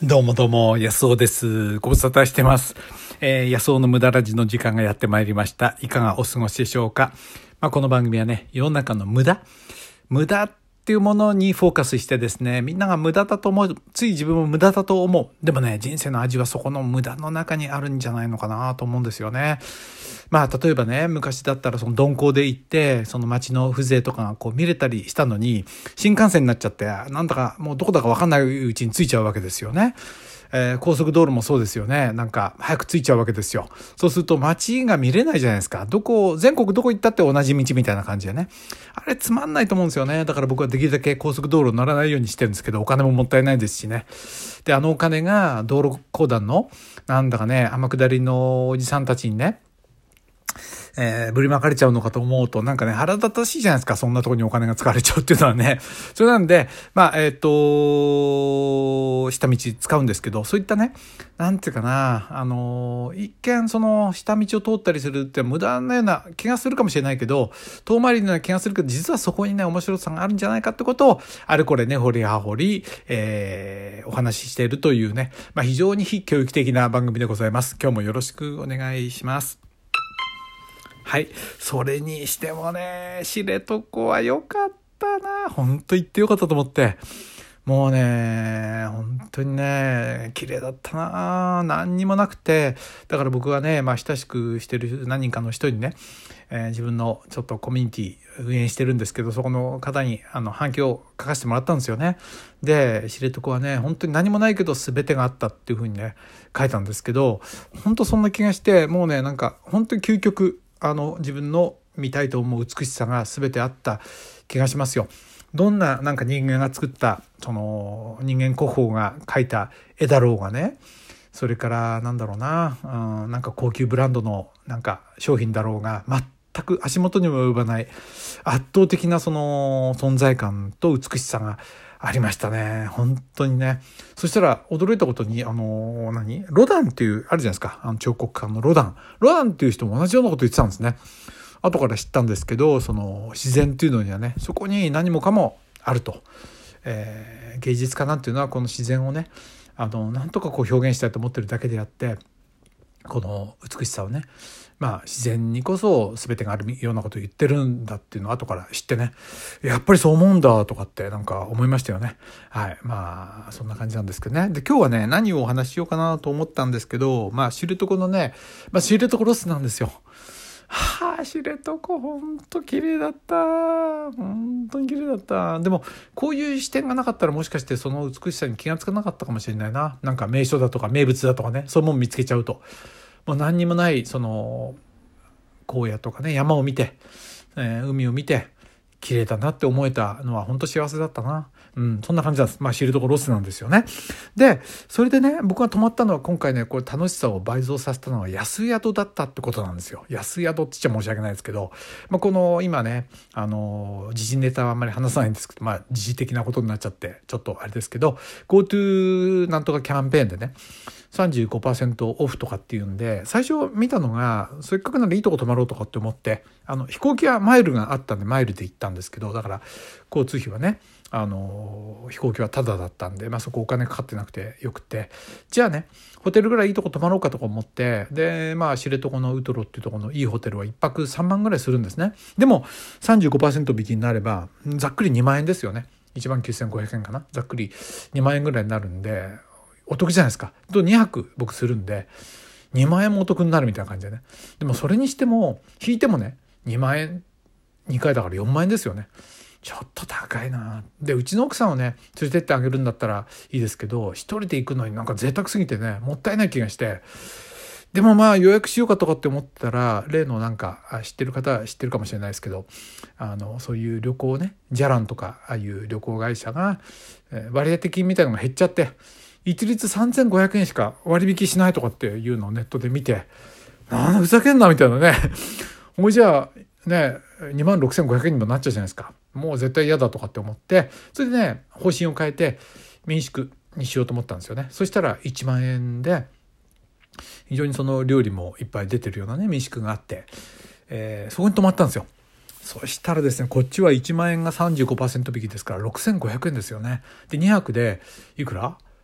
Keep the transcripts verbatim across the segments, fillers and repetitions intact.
どうもどうも、安尾です。ご無沙汰してます。えー、安尾の無駄ラジの時間がやってまいりました。いかがお過ごしでしょうか。まあ、この番組はね、世の中の無駄無駄っていうものにフォーカスしてですね、みんなが無駄だと思う。つい自分も無駄だと思う。でもね、人生の味はそこの無駄の中にあるんじゃないのかなと思うんですよね。まあ、例えばね、昔だったらその鈍行で行って、その街の風情とかがこう見れたりしたのに、新幹線になっちゃって、なんだかもうどこだかわかんないうちに着いちゃうわけですよね。えー、高速道路もそうですよね。なんか早く着いちゃうわけですよ。そうすると街が見れないじゃないですか。どこ、全国どこ行ったって同じ道みたいな感じでね。あれつまんないと思うんですよね。だから僕はできるだけ高速道路乗らないようにしてるんですけど、お金ももったいないですしね。で、あのお金が道路公団の、なんだかね、天下りのおじさんたちにね、えー、振りまかれちゃうのかと思うと、なんかね、腹立たしいじゃないですか。そんなところにお金が使われちゃうっていうのはね。それなんで、まあ、えっと、下道使うんですけど、そういったね、なんていうかな、あの、一見その下道を通ったりするって無駄なような気がするかもしれないけど、遠回りのような気がするけど、実はそこにね、面白さがあるんじゃないかってことを、あれこれね、掘り葉掘り、えー、お話ししているというね、まあ、非常に非教育的な番組でございます。今日もよろしくお願いします。はい。それにしてもね、知床は良かったな。本当行って良かったと思って。もうね、本当にね、綺麗だったな。何にもなくて。だから僕はね、まあ親しくしてる何人かの人にね、えー、自分のちょっとコミュニティ運営してるんですけど、そこの方にあの反響を書かせてもらったんですよね。で、知床はね、本当に何もないけど全てがあったっていうふうにね、書いたんですけど、本当そんな気がして、もうね、なんか本当に究極、あの自分の見たいと思う美しさが全てあった気がしますよ。どんななんか人間が作ったその人間国宝が描いた絵だろうがね、それからなんだろうな、うん、なんか高級ブランドのなんか商品だろうが、全く足元にも及ばない圧倒的なその存在感と美しさがありましたね。本当にね。そしたら驚いたことに、あの、何ロダンっていう、あるじゃないですか。あの彫刻家のロダン。ロダンっていう人も同じようなこと言ってたんですね。後から知ったんですけど、その自然っていうのにはね、そこに何もかもあると。えー、芸術家なんていうのはこの自然をね、あの、なんとかこう表現したいと思ってるだけであって、この美しさをね、まあ自然にこそ全てがあるようなことを言ってるんだっていうのを後から知ってね、やっぱりそう思うんだとかってなんか思いましたよね。はい。まあそんな感じなんですけどね。で、今日はね、何をお話ししようかなと思ったんですけど、まあ知床のね、まあ知床ロスなんですよ。はあ、知床ほんと綺麗だった。本当に綺麗だった。でもこういう視点がなかったらもしかしてその美しさに気がつかなかったかもしれないな。なんか名所だとか名物だとかね、そういうもん見つけちゃうと。もう何にもないその荒野とかね、山を見て、えー、海を見て綺麗だなって思えたのは本当幸せだったな。うん、そんな感じなんです。まあ知床ロスなんですよね。で、それでね、僕が泊まったのは今回ね、これ楽しさを倍増させたのは安宿だったってことなんですよ。安宿って言っちゃ申し訳ないですけど、まあ、この今ね、あの時事ネタはあんまり話さないんですけど、まあ時事的なことになっちゃってちょっとあれですけど、GoTo なんとかキャンペーンでね、さんじゅうごパーセント オフとかっていうんで、最初見たのがせっかくならいいとこ泊まろうとかって思って、あの飛行機はマイルがあったんでマイルで行ったんですけど、だから交通費はね、あの飛行機はタダだったんで、まあ、そこお金かかってなくてよくて、じゃあねホテルぐらいいいとこ泊まろうかとか思って、でまあ知床のウトロっていうところのいいホテルはいっぱくさんまんぐらいするんですね。でも さんじゅうごパーセント 引きになればざっくりにまんえんですよね。いちまんきゅうせんごひゃくえんかな、ざっくりにまんえんぐらいになるんでお得じゃないですか。とにはく僕するんでにまんえんもお得になるみたいな感じでね。でもそれにしても引いてもねにまんえんにかいだからよんまんえんですよね。ちょっと高いな。でうちの奥さんをね連れてってあげるんだったらいいですけど、一人で行くのになんか贅沢すぎてねもったいない気がして、でもまあ予約しようかとかって思ったら、例のなんか知ってる方は知ってるかもしれないですけど、あのそういう旅行ね、ジャランとかああいう旅行会社が割当金みたいなのが減っちゃって、一律さんぜんごひゃくえんしか割引しないとかっていうのをネットで見て、なんだふざけんなみたいなねもうじゃあねにまんろくせんごひゃくえんにもなっちゃうじゃないですか。もう絶対嫌だとかって思って、それでね方針を変えて民宿にしようと思ったんですよね。そしたらいちまんえんで非常にその料理もいっぱい出てるようなね民宿があって、えー、そこに泊まったんですよ。そしたらですね、こっちはいちまんえんが さんじゅうごパーセント 引きですからろくせんごひゃくえんですよね。でにはくでいくら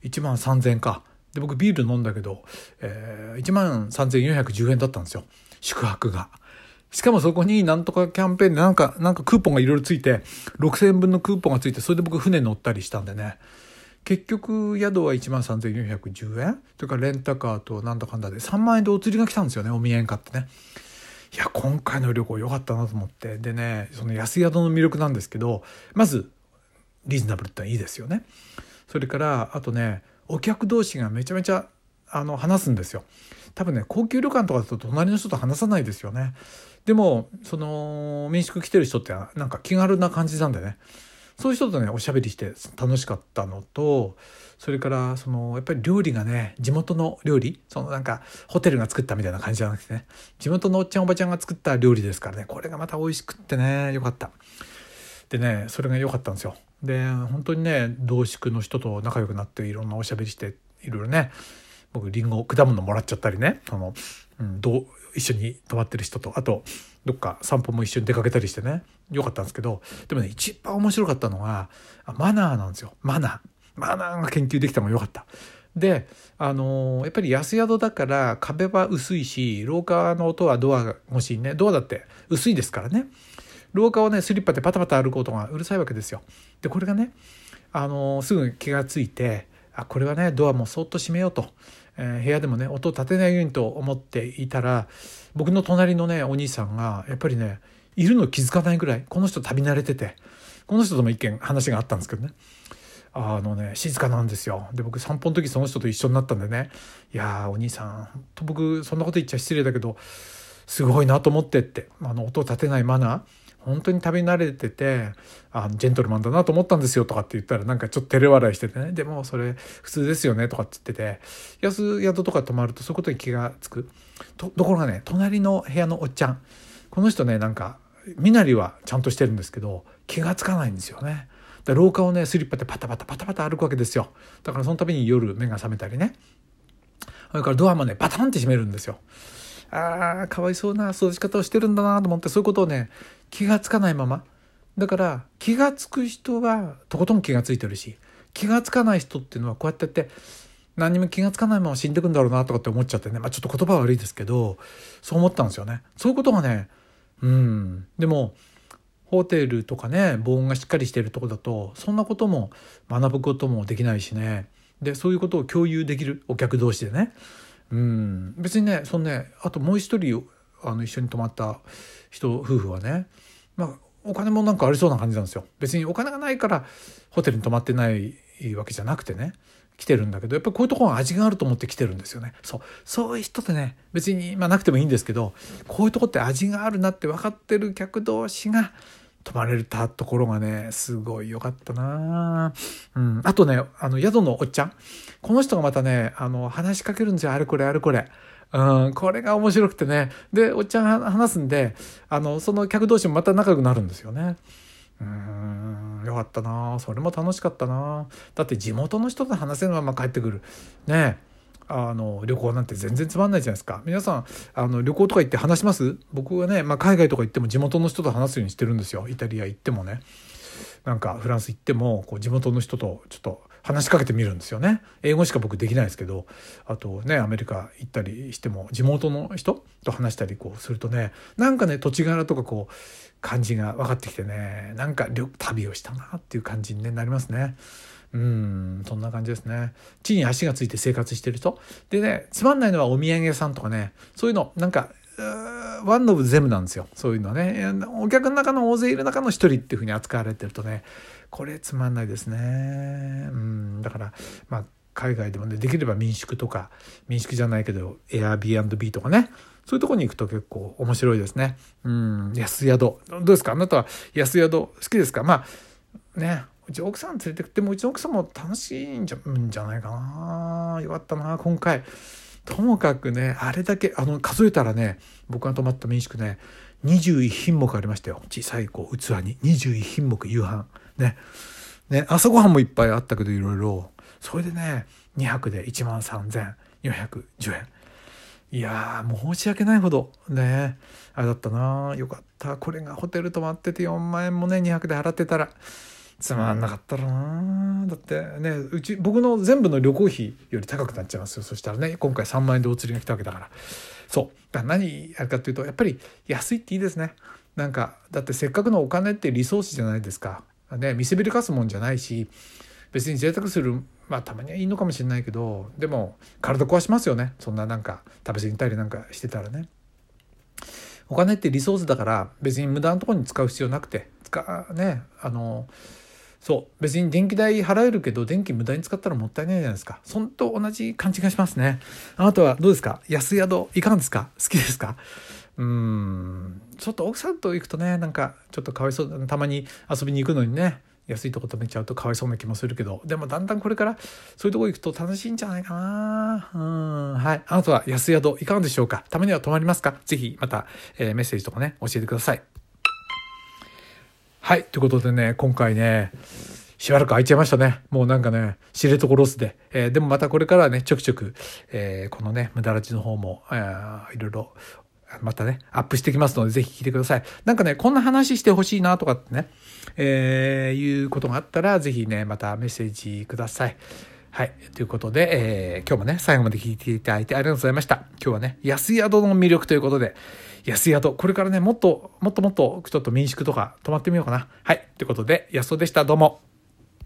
いちまんさんぜんえんか。で、僕ビール飲んだけど、えー、いちまんさんぜんよんひゃくじゅうえんだったんですよ。宿泊が。しかもそこになんとかキャンペーンでなんか、なんかクーポンがいろいろついて、ろくせんえんぶんのクーポンがついて、それで僕船乗ったりしたんでね。結局宿はいちまんさんぜんよんひゃくじゅうえんそれからレンタカーとなんだかんだでさんまんえんでお釣りが来たんですよね。お見合い買ってね。いや、今回の旅行良かったなと思って。でね、その安宿の魅力なんですけど、まず、リーズナブルっていいですよね。それから、あとね、お客同士がめちゃめちゃあの話すんですよ。多分ね、高級旅館とかだと隣の人と話さないですよね。でも、その、民宿来てる人ってなんか気軽な感じなんでね。そういう人とね、おしゃべりして楽しかったのと、それからそのやっぱり料理がね、地元の料理、そのなんかホテルが作ったみたいな感じじゃなくてね、地元のおっちゃんおばちゃんが作った料理ですからね、これがまた美味しくってね、よかった。でね、それが良かったんですよ。で、本当にね、同宿の人と仲良くなっていろんなおしゃべりしていろいろね、僕リンゴ果物もらっちゃったりね、その、うん、どう一緒に泊まってる人と、あとどっか散歩も一緒に出かけたりしてね、よかったんですけど、でもね、一番面白かったのがマナーなんですよ。マナーマナーが研究できたのがよかった。で、あのー、やっぱり安宿だから壁は薄いし、廊下の音はドアがもしね、ドアだって薄いですからね、廊下をねスリッパでパタパタ歩く音がうるさいわけですよ。で、これがね、あのー、すぐ気がついて、あ、これはねドアもそっと閉めようと、えー、部屋でもね音を立てないようにと思っていたら、僕の隣のねお兄さんがやっぱりねいるの気づかないぐらい、この人旅慣れてて、この人とも一見話があったんですけどね、あのね静かなんですよ。で、僕散歩の時その人と一緒になったんでね、いやーお兄さん、本当僕そんなこと言っちゃ失礼だけどすごいなと思ってって、あの音を立てないマナー、本当に旅慣れてて、あのジェントルマンだなと思ったんですよとかって言ったら、なんかちょっと照れ笑いしててね、でもそれ普通ですよねとかって言ってて、安宿とか泊まるとそういうことに気がつくと。ところがね、隣の部屋のおっちゃん、この人ね、なんか身なりはちゃんとしてるんですけど気がつかないんですよね。だ廊下をねスリッパでパタパタパタパタ歩くわけですよ。だからその度に夜目が覚めたりね、それからドアもねバタンって閉めるんですよ。あー、かわいそうな育ち方をしてるんだなと思って、そういうことをね気がつかないまま、だから気がつく人はとことん気がついてるし、気がつかない人っていうのはこうやってやって何にも気がつかないまま死んでくんだろうなとかって思っちゃってね、まあ、ちょっと言葉は悪いですけどそう思ったんですよね。そういうことがね、うんでもホテルとかね防音がしっかりしているところだとそんなことも学ぶこともできないしね。で、そういうことを共有できるお客同士でね、うん別にね、そのね、あともう一人あの一緒に泊まった人夫婦はね、まあお金もなんかありそうな感じなんですよ。別にお金がないからホテルに泊まってないわけじゃなくてね、来てるんだけど、やっぱりこういうところが味があると思って来てるんですよね。そうそういう人ってね、別にまあなくてもいいんですけど、こういうとこって味があるなって分かってる客同士が泊まれたところがねすごい良かったな、うん、あとね、あの宿のおっちゃん、この人がまたねあの話しかけるんですよ。あれこれあれこれ、うん、これが面白くてね、でおっちゃん話すんで、あのその客同士もまた仲良くなるんですよね。うーんよかったな、それも楽しかったな。だって地元の人と話せるまま帰ってくるねえ、あの旅行なんて全然つまんないじゃないですか。皆さんあの旅行とか行って話します？僕はね、まあ、海外とか行っても地元の人と話すようにしてるんですよ。イタリア行ってもね、なんかフランス行ってもこう地元の人とちょっと話しかけてみるんですよね。英語しか僕できないですけど、あとねアメリカ行ったりしても地元の人と話したりこうするとね、なんかね土地柄とかこう感じが分かってきてね、なんか旅をしたなっていう感じに、ね、なりますね。うんそんな感じですね。地に足がついて生活してる人でね、つまんないのはお土産屋さんとかね、そういうのなんかワンオブゼムなんですよ。そういうのね、お客の中の大勢いる中の一人っていう風に扱われてるとね、これつまんないですね。うんだからまあ海外でもね、できれば民宿とか、民宿じゃないけど Airbnb とかね、そういうところに行くと結構面白いですね。うん安宿どうですか？あなたは安宿好きですか？まあね、うち奥さん連れてくってもうちの奥さんも楽しいんじゃ、んじゃないかな。よかったな今回。ともかくね、あれだけあの数えたらね、僕が泊まった民宿ねにじゅういち品目ありましたよ。小さいこう器ににじゅういち品目夕飯ねね、朝ごはんもいっぱいあったけどいろいろ、それでねにはくでいちまんさんぜんよんひゃくじゅうえん。いやーもう申し訳ないほどねあれだったな。よかった。これがホテル泊まっててよんまん円もねにはくで払ってたらつまんなかったろうな。だってね、うち僕の全部の旅行費より高くなっちゃいますよ。そしたらね、今回さんまんえんでお釣りが来たわけだから。そうだから何やるかっていうと、やっぱり安いっていいですね。なんかだってせっかくのお金ってリソースじゃないですかね。見せびらかすもんじゃないし、別に贅沢する、まあたまにはいいのかもしれないけど、でも体壊しますよね。そんななんか食べ過ぎたりなんかしてたらね。お金ってリソースだから、別に無駄なところに使う必要なくて、使うね、あのそう別に電気代払えるけど、電気無駄に使ったらもったいないじゃないですか。そんと同じ感じがしますね。あなたはどうですか？安宿いかがですか？好きですか？うーんちょっと奥さんと行くとね、なんかちょっとかわいそう。たまに遊びに行くのにね、安いとこ止めちゃうとかわいそうな気もするけど、でもだんだんこれからそういうとこ行くと楽しいんじゃないかな。うん、はい。あなたは安宿いかがでしょうか？たまには泊まりますか？ぜひまた、えー、メッセージとかね教えてください。はい。ということでね、今回ね、しばらく空いちゃいましたね。もうなんかね、知床ロスで。えー、でもまたこれからはね、ちょくちょく、えー、このね、無駄ラジの方も、えー、いろいろ、またね、アップしてきますので、ぜひ聞いてください。なんかね、こんな話してほしいなとかってね、えー、いうことがあったら、ぜひね、またメッセージください。はい。ということで、えー、今日もね、最後まで聞いていただいてありがとうございました。今日はね、安宿の魅力ということで、安宿、これからね、もっと、もっともっと、ちょっと民宿とか泊まってみようかな。はい。ということで、安宿でした。どうも。